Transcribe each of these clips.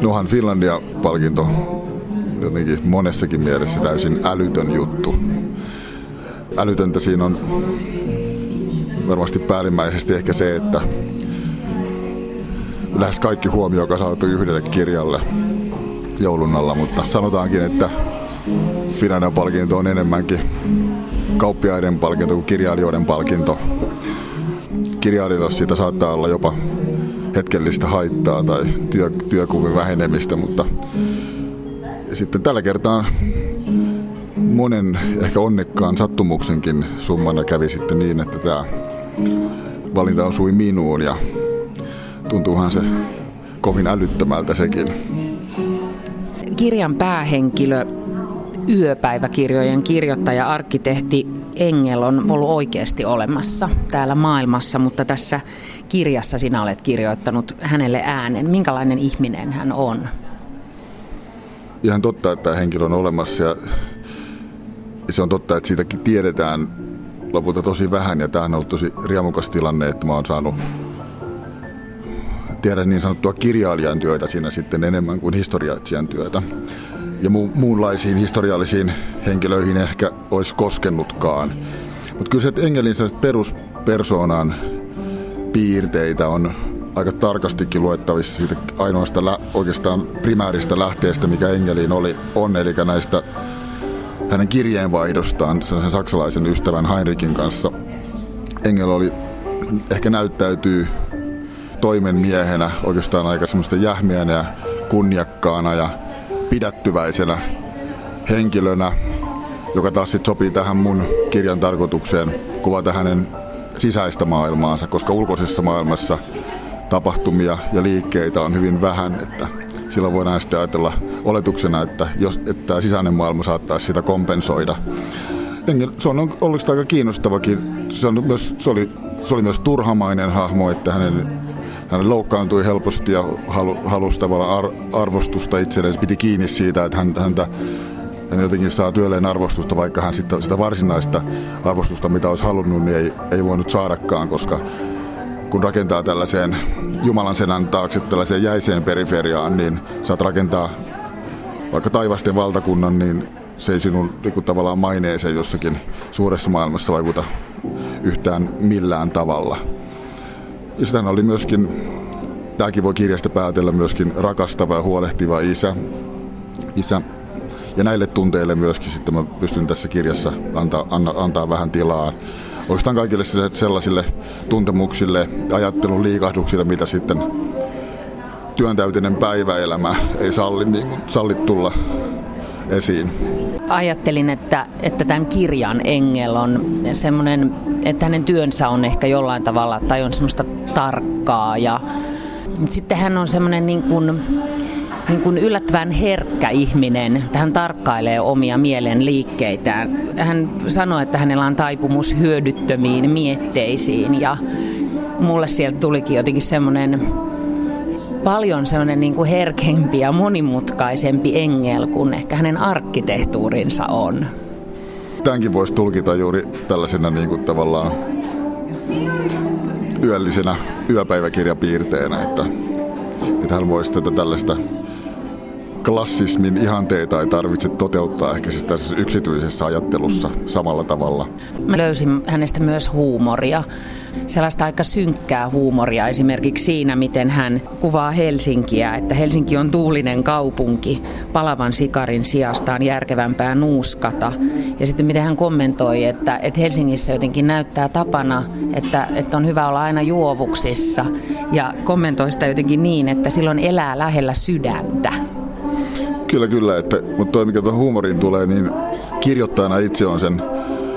Nohan Finlandia-palkinto jotenkin monessakin mielessä täysin älytön juttu. Älytöntä siinä on varmasti päällimmäisesti ehkä se, että lähes kaikki huomio kasautui yhdelle kirjalle joulun alla, mutta sanotaankin, että Finlandia-palkinto on enemmänkin kauppiaiden palkinto kuin kirjailijoiden palkinto. Kirjailijoille siitä saattaa olla jopa hetkellistä haittaa tai työkyvyn vähenemistä, mutta sitten tällä kertaa monen ehkä onnekkaan sattumuksenkin summana kävi sitten niin, että tämä valinta osui minuun ja tuntuuhan se kovin älyttömältä sekin. Kirjan päähenkilö, yöpäiväkirjojen kirjoittaja, arkkitehti Engel on ollut oikeasti olemassa täällä maailmassa, mutta tässä kirjassa sinä olet kirjoittanut hänelle äänen. Minkälainen ihminen hän on? Ihan totta, että tämä henkilö on olemassa ja se on totta, että siitäkin tiedetään lopulta tosi vähän ja tämä on ollut tosi riemukas tilanne, että mä oon saanut tehdä niin sanottua kirjailijan työtä siinä sitten enemmän kuin historiaitsijan työtä. Ja muunlaisiin historiallisiin henkilöihin ehkä olisi koskennutkaan. Mutta kyllä se, että Engelin peruspersoonan piirteitä on aika tarkastikin luettavissa siitä ainoasta oikeastaan primääristä lähteestä, mikä Engeliin on, eli näistä hänen kirjeenvaihdostaan sen saksalaisen ystävän Heinrichin kanssa. Engel ehkä näyttäytyy toimenmiehenä, oikeastaan aika semmoista jähmeänä ja kunniakkaana ja pidättyväisenä henkilönä, joka taas sit sopii tähän mun kirjan tarkoitukseen kuvata hänen sisäistä maailmaansa, koska ulkoisessa maailmassa tapahtumia ja liikkeitä on hyvin vähän, että silloin voidaan sitten ajatella oletuksena, että tämä sisäinen maailma saattaisi sitä kompensoida. Se on ollut aika kiinnostavakin. Se oli myös turhamainen hahmo, että hän loukkaantui helposti ja halusi tavallaan arvostusta itselleen. Piti kiinni siitä, että hän jotenkin saa työlleen arvostusta, vaikka hän sitä varsinaista arvostusta, mitä olisi halunnut, niin ei voinut saadakaan, koska kun rakentaa tällaiseen Jumalan selän taakse, tällaiseen jäiseen periferiaan, niin saat rakentaa vaikka taivasten valtakunnan, niin se ei sinun tavallaan maineeseen jossakin suuressa maailmassa vaikuta yhtään millään tavalla. Ja sitä oli myöskin, tämäkin voi kirjasta päätellä, myöskin rakastava ja huolehtiva isä. Ja näille tunteille myöskin sitten mä pystyn tässä kirjassa antaa vähän tilaa. Oikeastaan kaikille sellaisille tuntemuksille, ajattelun liikahduksille, mitä sitten työntäyteinen päiväelämä ei salli tulla esiin. Ajattelin, että tämän kirjan Engel on semmoinen, että hänen työnsä on ehkä jollain tavalla tai on semmoista tarkkaa ja sitten hän on semmoinen niin kuin yllättävän herkkä ihminen, että hän tarkkailee omia mielen liikkeitään. Hän sanoi, että hänellä on taipumus hyödyttömiin mietteisiin ja mulle sieltä tulikin jotenkin paljon semmoinen niin kuin herkempi ja monimutkaisempi Engel kuin ehkä hänen arkkitehtuurinsa on. Tämänkin voisi tulkita juuri tällaisena niin kuin tavallaan yöllisenä yöpäiväkirjapiirteenä, että hän voisi tällaista klassismin ihanteita ei tarvitse toteuttaa ehkä siis tässä yksityisessä ajattelussa samalla tavalla. Mä löysin hänestä myös huumoria. Sellaista aika synkkää huumoria esimerkiksi siinä, miten hän kuvaa Helsinkiä, että Helsinki on tuulinen kaupunki, palavan sikarin sijasta on järkevämpää nuuskata. Ja sitten miten hän kommentoi, että Helsingissä jotenkin näyttää tapana, että on hyvä olla aina juovuksissa. Ja kommentoi sitä jotenkin niin, että silloin elää lähellä sydäntä. Kyllä, mutta toi mikä tuon huumoriin tulee, niin kirjoittajana itse on sen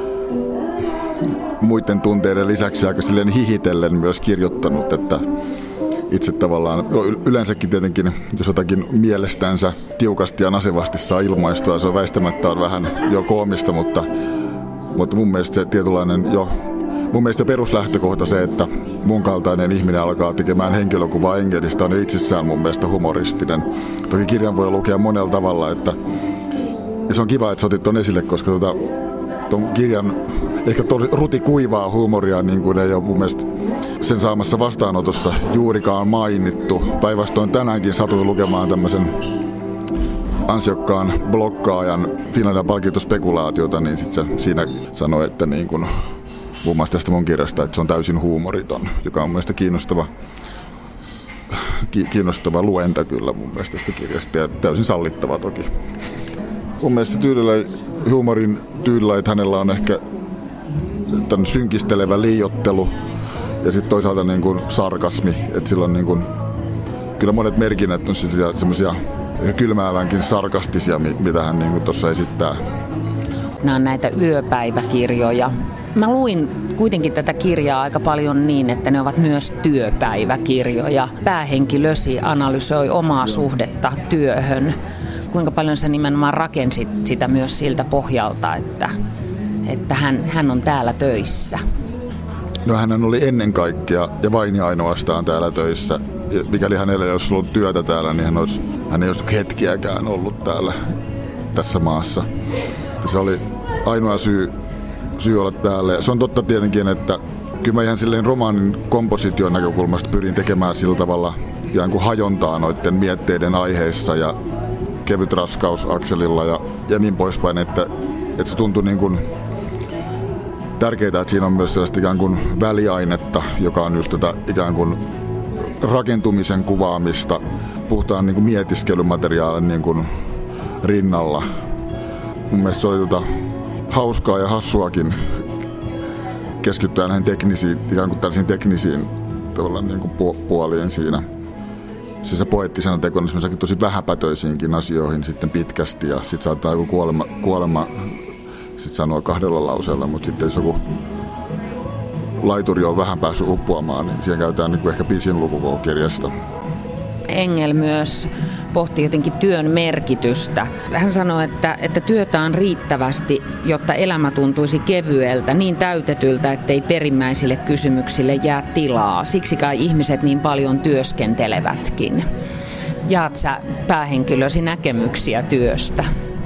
muiden tunteiden lisäksi aika silleen hihitellen myös kirjoittanut, että itse tavallaan, yleensäkin tietenkin, jos jotakin mielestänsä tiukasti ja nasevasti saa ilmaistua, se on väistämättä vähän jo koomista, mutta mun mielestä se tietynlainen mun mielestä peruslähtökohta se, että mun kaltainen ihminen alkaa tekemään henkilökuvaa Engelistä, on itsessään mun mielestä humoristinen. Toki kirjan voi lukea monella tavalla, ja se on kiva, että sä otit ton esille, koska tuon kirjan ehkä rutikuivaa huumoria, niin kuin ei ole mun mielestä sen saamassa vastaanotossa juurikaan mainittu. Päinvastoin tänäänkin satuin lukemaan tämmöisen ansiokkaan blokkaajan Finlandia palkintospekulaatiota, niin sit se siinä sanoi, että niin kuin, muun muassa tästä mun kirjasta, että se on täysin huumoriton, joka on mun mielestä kiinnostava luenta kyllä mun mielestä tästä kirjasta ja täysin sallittava toki. Mun mielestä huumorin tyylillä, että hänellä on ehkä tämän synkistelevä liioittelu ja sitten toisaalta niin kuin sarkasmi, että sillä on niin kuin, kyllä monet merkinnät on semmoisia kylmäävänkin sarkastisia, mitä hän niin kuin tuossa esittää. Nämä on näitä yöpäiväkirjoja. Mä luin kuitenkin tätä kirjaa aika paljon niin, että ne ovat myös työpäiväkirjoja. Päähenkilösi analysoi omaa suhdetta työhön. Kuinka paljon sä nimenomaan rakensit sitä myös siltä pohjalta, että hän on täällä töissä? No hän oli ennen kaikkea ja vain ja ainoastaan täällä töissä. Mikäli hänellä ei olisi ollut työtä täällä, niin hän ei olisi hetkiäkään ollut täällä tässä maassa. Se oli ainoa syy olla täällä. Ja se on totta tietenkin, että kyllä mä ihan silleen romaanin komposition näkökulmasta pyrin tekemään sillä tavalla ikään kuin hajontaa noiden mietteiden aiheissa ja kevyt raskaus akselilla ja niin poispäin, että se tuntui niin kuin tärkeää, että siinä on myös sellaista ikään kuin väliainetta, joka on just tätä ikään kuin rakentumisen kuvaamista, puhutaan niin kuin mietiskelymateriaalin niin kuin rinnalla. Mun mielestä se oli hauskaa ja hassuakin keskittyä näihin teknisiin, ikään kuin tällaisiin teknisiin niin kuin puoliin siinä. Se poeettisena tekona tosi vähäpätöisiinkin asioihin sitten pitkästi ja sitten saattaa joku kuolema sit sanoa 2 lauseella, mutta sitten jos joku laituri on vähän päässyt uppoamaan, niin siihen käytetään niin kuin ehkä pisin luku koko kirjasta. Engel myös pohti jotenkin työn merkitystä. Hän sanoi, että työtä on riittävästi, jotta elämä tuntuisi kevyeltä, niin täytetyltä, ettei perimmäisille kysymyksille jää tilaa. Siksi kai ihmiset niin paljon työskentelevätkin. Jaat sä päähenkilösi näkemyksiä työstä?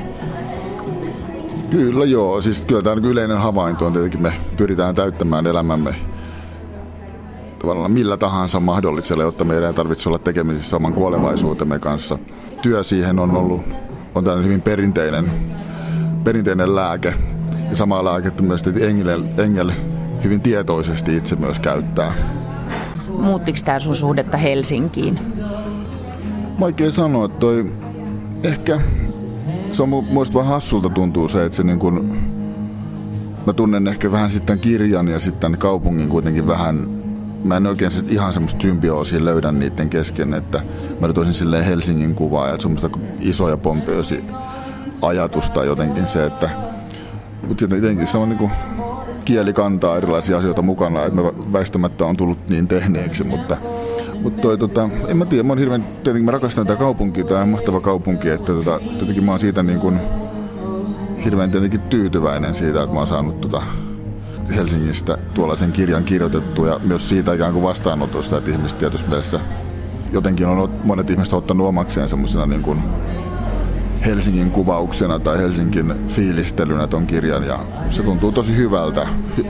Kyllä joo. Siis kyllä tämä yleinen havainto on tietenkin, me pyritään täyttämään elämämme tavallaan millä tahansa mahdollisella, jotta meidän ei tarvitse olla tekemisissä oman kuolevaisuutemme kanssa. Työ siihen on tällainen hyvin perinteinen lääke. Ja samaa lääkettä myös Engel hyvin tietoisesti itse myös käyttää. Muuttiko tämä sun suhdetta Helsinkiin? Vaikea sanoa, että ehkä se on muista vähän hassulta tuntuu se, että se niin kuin, mä tunnen ehkä vähän sitten kirjan ja sitten kaupungin kuitenkin vähän. Mä en oikein ihan semmoista symbioosia löydä niiden kesken, että mä toisin silleen Helsingin kuvaa ja semmoista isoja pompöösi ajatusta jotenkin se, että mutta sitten jotenkin se on niinku kieli kantaa erilaisia asioita mukana, että mä väistämättä on tullut niin tehneeksi, mutta en mä tiedä, tietenkin mä rakastan tätä kaupunkia, tää on mahtava kaupunki, että tietenkin mä oon siitä niin kuin hirveän tietenkin tyytyväinen siitä, että mä oon saanut Helsingistä tuollaisen kirjan kirjoitettu ja myös siitä ikään kuin vastaanotosta, että ihmiset tietysti mielessä jotenkin monet ihmiset ottanut omakseen semmoisena niin kuin Helsingin kuvauksena tai Helsingin fiilistelynä ton kirjan ja se tuntuu tosi hyvältä.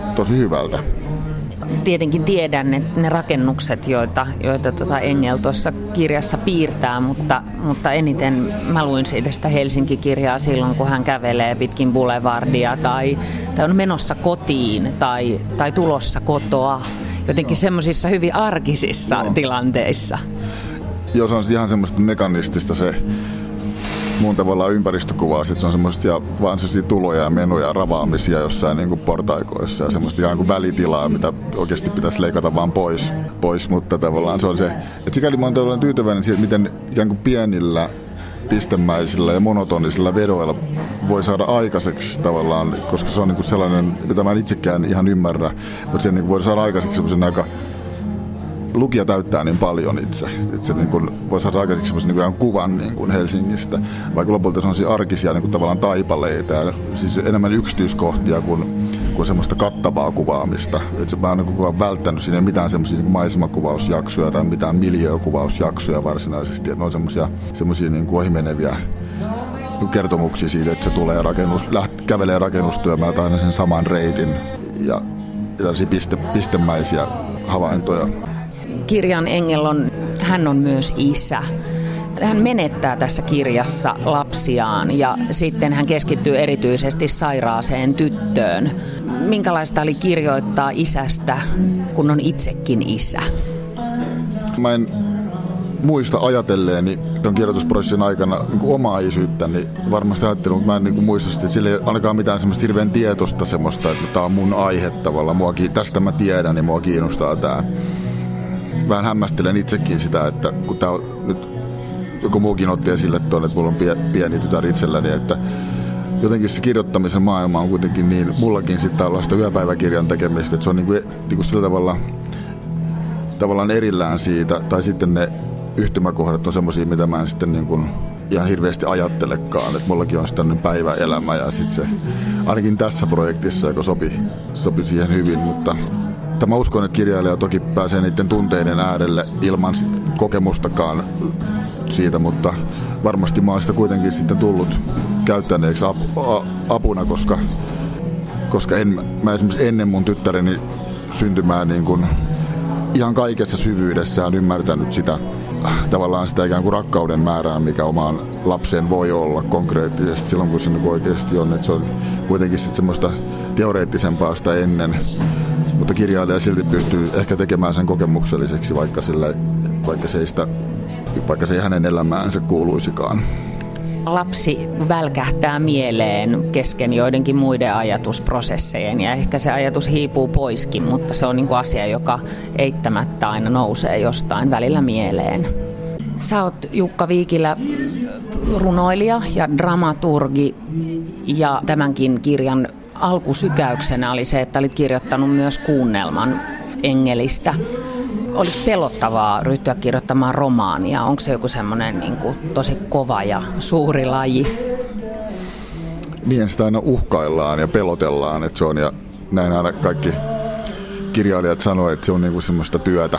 Tietenkin tiedän, että ne rakennukset, joita Engel tuossa kirjassa piirtää, mutta eniten mä luin siitä sitä Helsinki-kirjaa silloin, kun hän kävelee pitkin boulevardia tai on menossa kotiin tai tulossa kotoa. Jotenkin semmoisissa hyvin arkisissa tilanteissa. Joo, se on ihan semmoista mekanistista se muun tavallaan ympäristökuvaa, että se on semmoisia vaan sellaisia tuloja ja menoja ja ravaamisia jossain niin kuin portaikoissa ja semmoista ihan kuin välitilaa, mitä oikeasti pitäisi leikata vaan pois, mutta tavallaan se on se, että sikäli mä oon tavallaan tyytyväinen siihen, että miten ikään kuin pienillä pistemäisillä ja monotonisilla vedoilla voi saada aikaiseksi tavallaan, koska se on niin kuin sellainen, mitä mä en itsekään ihan ymmärrä, mutta sen niin kuin voi saada aikaiseksi semmoisen aika lukija täyttää niin paljon itse, että se niin kuin voi saada aikaiseksi semmoisen niin kuvan niin kuin Helsingistä, vaikka lopulta se on siis arkisia niin kuin tavallaan taipaleita ja siis enemmän yksityiskohtia kuin semmoista kattavaa kuvaamista. Että mä oon niin välttänyt siinä mitään semmoisia niin maisemakuvausjaksoja tai mitään miljöökuvausjaksoja varsinaisesti, että ne on semmoisia niin kuin ohimeneviä kertomuksia siitä, että se tulee kävelee rakennustyömältä aina sen saman reitin ja tällaisia pistemäisiä havaintoja. Kirjan Engel hän on myös isä. Hän menettää tässä kirjassa lapsiaan ja sitten hän keskittyy erityisesti sairaaseen tyttöön. Minkälaista oli kirjoittaa isästä, kun on itsekin isä? Mä en muista ajatelleeni tuon kirjoitusprosessin aikana niin omaa isyyttäni. Varmasti ajattelin, mutta mä en niin muista sitä, että sillä ei ainakaan mitään semmoista hirveän tietoista semmoista, että tämä on mun aihe tavallaan. Tästä mä tiedän ja mua kiinnostaa tämä. Vähän hämmästelen itsekin sitä, että kun tämä on nyt joku muukin otti esille tuonne, että mulla on pieni tytär itselläni, että jotenkin se kirjoittamisen maailma on kuitenkin niin, mullakin sitten tällaista yöpäiväkirjan tekemistä, että se on niin kuin sillä tavallaan erillään siitä, tai sitten ne yhtymäkohdat on semmoisia, mitä mä en sitten niin kuin ihan hirveästi ajattelekaan, että mullakin on sitten päiväelämä ja sitten se, ainakin tässä projektissa, joka sopi siihen hyvin, mutta mä uskon, että kirjailija toki pääsee niiden tunteiden äärelle ilman kokemustakaan siitä, mutta varmasti mä oon sitä kuitenkin sitten tullut käyttäneeksi apuna, koska mä esimerkiksi ennen mun tyttäreni syntymää niin kuin ihan kaikessa syvyydessään ymmärtänyt sitä tavallaan sitä ikään kuin rakkauden määrää, mikä omaan lapseen voi olla konkreettisesti silloin, kun se niin oikeasti on. Että se on kuitenkin sitten semmoista teoreettisempaa sitä ennen, mutta kirjailija silti pystyy ehkä tekemään sen kokemukselliseksi, vaikka se ei hänen elämäänsä kuuluisikaan. Lapsi välkähtää mieleen kesken joidenkin muiden ajatusprosessejen ja ehkä se ajatus hiipuu poiskin, mutta se on niin kuin asia, joka eittämättä aina nousee jostain välillä mieleen. Sä oot Jukka Viikilä runoilija ja dramaturgi ja tämänkin kirjan alkusykäyksenä oli se, että olit kirjoittanut myös kuunnelman Engelistä. Oliko pelottavaa ryhtyä kirjoittamaan romaania? Onko se joku semmoinen niin kuin tosi kova ja suuri laji? Niin sitä aina uhkaillaan ja pelotellaan, että se on, ja näin aina kaikki kirjailijat sanoo, että se on niin kuin semmoista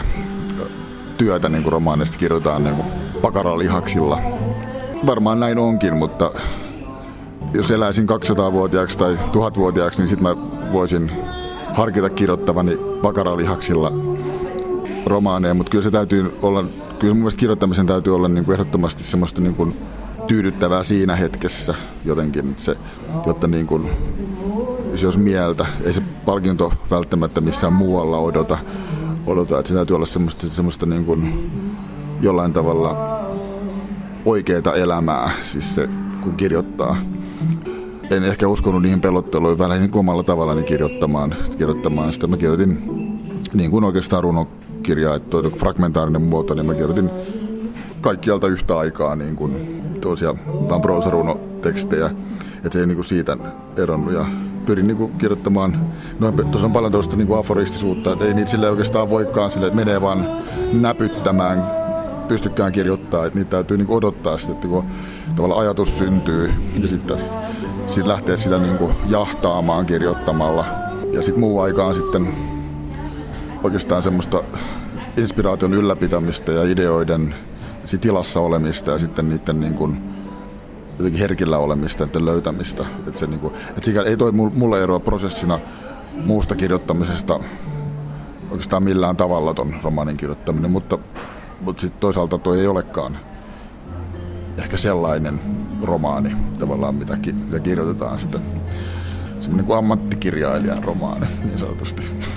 työtä niin kuin romaanista kirjoitetaan niin kuin pakaralihaksilla. Varmaan näin onkin, mutta jos eläisin 200-vuotiaaksi tai 1000-vuotiaaksi, niin sitten mä voisin harkita kirjoittavani pakaralihaksilla romaaneja, mutta kyllä se täytyy olla, kyllä mun mielestä kirjoittamisen täytyy olla niin kuin ehdottomasti semmoista niin kuin tyydyttävää siinä hetkessä jotenkin, jotta niin kuin, se olisi mieltä, ei se palkinto välttämättä missään muualla odota, että se täytyy olla semmoista niin kuin jollain tavalla oikeaa elämää, siis se kun kirjoittaa. En ehkä uskonut niihin pelotteluihin vähän niin omalla tavallani kirjoittamaan sitä. Mä kirjoitin niin kuin oikeastaan runokirjaa, että tuo fragmentaarinen muoto, niin mä kirjoitin kaikkialta yhtä aikaa niin kuin toisia proosarunotekstejä, että se ei niin kuin siitä eronnut. Ja pyrin niin kuin kirjoittamaan, tuossa on paljon tuosta niin kuin aforistisuutta, että ei niitä sille oikeastaan voikaan sille, että menee vaan näpyttämään, pystykään kirjoittaa, että niitä täytyy niin kuin odottaa sitten, että kun tavallaan ajatus syntyy ja sitten lähtee sitä niin kuin jahtaamaan kirjoittamalla. Ja sitten muu aikaan sitten oikeastaan semmoista inspiraation ylläpitämistä ja ideoiden tilassa olemista ja sitten niiden niin kuin jotenkin herkillä olemista, niiden löytämistä. Että se niin kuin, että ei toi mulle eroa prosessina muusta kirjoittamisesta oikeastaan millään tavalla ton romaanin kirjoittaminen, mutta sitten toisaalta toi ei olekaan ehkä sellainen romaani tavallaan, mitä kirjoitetaan sitten. Semmoinen niin kuin ammattikirjailijan romaani, niin sanotusti.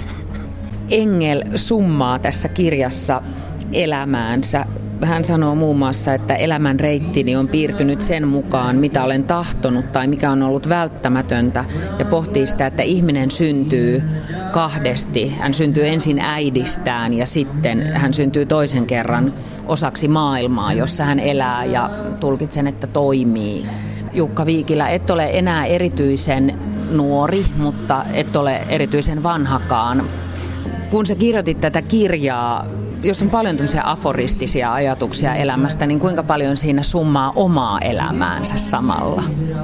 Engel summaa tässä kirjassa elämäänsä. Hän sanoo muun muassa, että elämän reittini on piirtynyt sen mukaan, mitä olen tahtonut tai mikä on ollut välttämätöntä, ja pohtii sitä, että ihminen syntyy kahdesti. Hän syntyy ensin äidistään ja sitten hän syntyy toisen kerran osaksi maailmaa, jossa hän elää ja tulkitsen, että toimii. Jukka Viikilä, et ole enää erityisen nuori, mutta et ole erityisen vanhakaan. Kun sä kirjoitit tätä kirjaa, jos on paljon tämmöisiä aforistisia ajatuksia elämästä, niin kuinka paljon siinä summaa omaa elämäänsä samalla?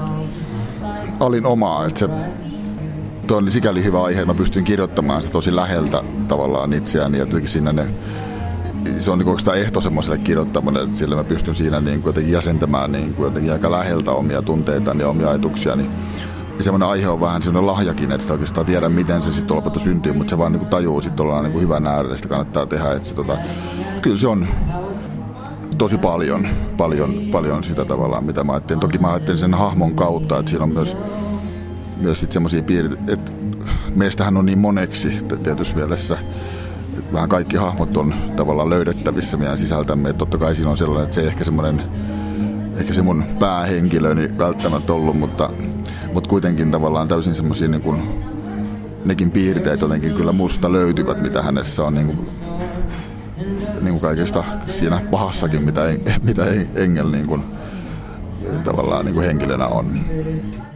Olin omaa, että tuo oli sikäli hyvä aihe, että mä pystyin kirjoittamaan sitä tosi läheltä tavallaan itseäni ja jotenkin siinä se on niin oikeastaan ehto semmoiselle kirjoittamalle, että sillä mä pystyn siinä niin kuin jotenkin jäsentämään niin kuin jotenkin aika läheltä omia tunteitani ja omia ajatuksiani. Ja semmoinen aihe on vähän semmoinen lahjakin, että sitä oikeastaan tiedä, miten se sitten lopulta syntyy, mutta se vaan niin kuin tajuu sitten ollaan niin kuin hyvän äärellä, sitä kannattaa tehdä. Että se, kyllä se on tosi paljon sitä tavallaan, mitä mä ajattelin. Toki mä ajattelin sen hahmon kautta, että siinä on myös sitten semmoisia piirteitä, että meistähän on niin moneksi tietyssä mielessä, että vähän kaikki hahmot on tavallaan löydettävissä meidän sisältämme. Että totta kai siinä on sellainen, että se ei ehkä se mun päähenkilöni välttämättä ollut, mutta kuitenkin tavallaan täysin semmoisia niin kuin, nekin piirteet jotenkin kyllä musta löytyvät, mitä hänessä on niin kuin kaikesta siinä pahassakin, mitä Engel niin kuin, tavallaan niin kuin henkilönä on.